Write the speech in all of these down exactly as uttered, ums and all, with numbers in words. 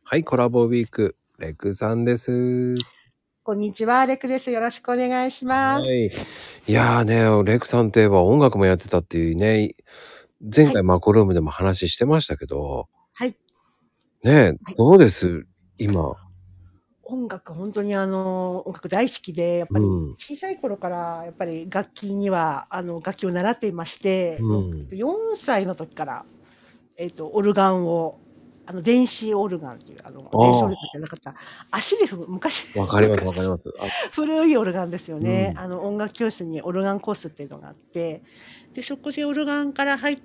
はい、コラボウィーク、レクさんです。 こんにちは、レクです。よろしくお願いします。 はい。いやーね、レクさんといえば音楽もやってたっていうね、前はい。 回マコルームでも話してましたけど、 はい。 ね、 はい。 どうです今。 音楽、本当にあの、音楽大好きで、やっうぱりん。 小さい頃からやっぱり楽器には、あの、楽器を習っていまして、 うろん。 よんさいの時から、えっと、オルガンを、あの、電子オルガンっていう、あの、 ああ、 電子オルガンじゃなかった、足で踏む、昔、 わかります、わかり昔、 ます。あ、 古いオルガンですよね。 うん。 あの、音楽教室にオルガンコースっていうのがあって、で、そこでオルガンから入って、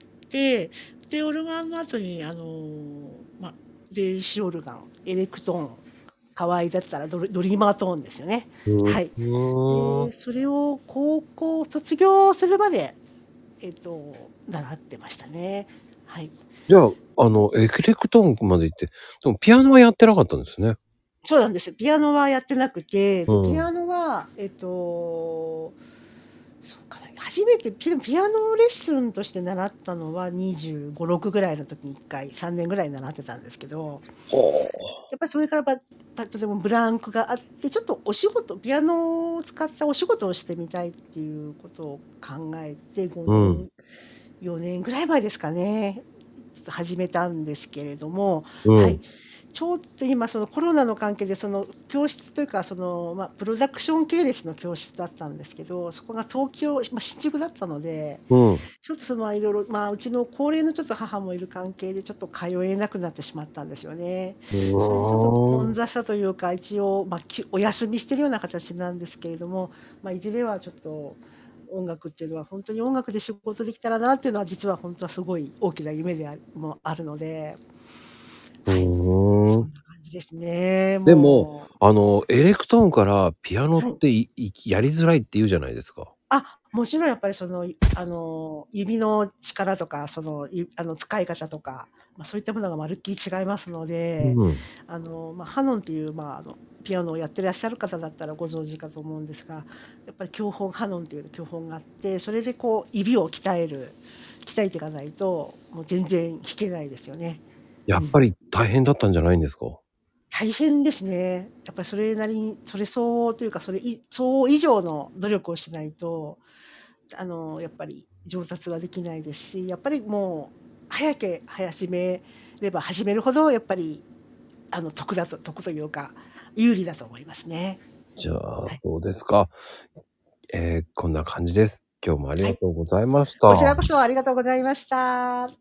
で、オルガンの後に、あの、まあ、電子オルガン、エレクトーン、河合だったらドリドリーマートーンですよね。 うはい。 ーん。 で、それを高校卒業するまで、えっと、習ってましたね。はい。 じゃあ、あの、エクレクトーンまで行って、でもピアノはやってなかったんですね。 そうなんです。ピアノはやってなくて、で、ピうん。 アノは、えっと、そうかな、初めてピピアノレッスンとして習ったのはにじゅうご、ろくぐらいの時にいっかい、さんねんぐらい習ってたんですけど、 ほやっぱりそれからばぱとてもブランクがあって、ちょっとお仕事、ピアノを使ったお仕事をしてみたいっていうことを考えて、 う。 5 うん。 年、よねんぐらい前ですかね、ちょっと始めたんですけれども、はい。 うん。 ちょうど今そのコロナの関係でその教室というかその、まあ、プロダクション系列の教室だったんですけど、そこが東京、まあ、新宿だったので、 うん。 ちょっとそのいろいろ、まあ、うちの高齢のちょっと母もいる関係でちょっと通えなくなってしまったんですよね。 うそれでちょっとーん。 頓挫したというか、一応、まあ、きお休みしてるような形なんですけれども、まあ、いずれはちょっと音楽っていうのは本当に音楽で仕事できたらなっていうのは実は本当はすごい大きな夢であるもあるので、 うはい。 ーん。 そんな感じですね。 でも、 もあの、エレクトーンからピアノっう、はい。 ていいやりづらいって言うじゃないですか。 あ、もちろんやっぱりその、あの、指の力とか、その、ゆあの、使い方とか、まあ、そういったものがまるっきり違いますので、 うん。 あの、まあ、ハノンっていう、まあ、あの、ピアノをやってらっしゃる方だったらご存知かと思うんですが、やっぱり教本、ハノンっていう教本があって、それでこう、指を鍛える、鍛えていかないと、もう全然弾けないですよね。うん。 やっぱり大変だったんじゃないんですか？ 大変ですね。やっぱりそれなりに、それ相応というか、それい相応以上の努力をしないと、あの、やっぱり上達はできないですし、やっぱりもう、早け早始めれば始めるほど、やっぱり、あの、得だと得というか、有利だと思いますね。 じゃあ、 はい。 そうですか。えーこんな感じです。今日もありはい。 がとうございました。 こちらこそありがとうございました。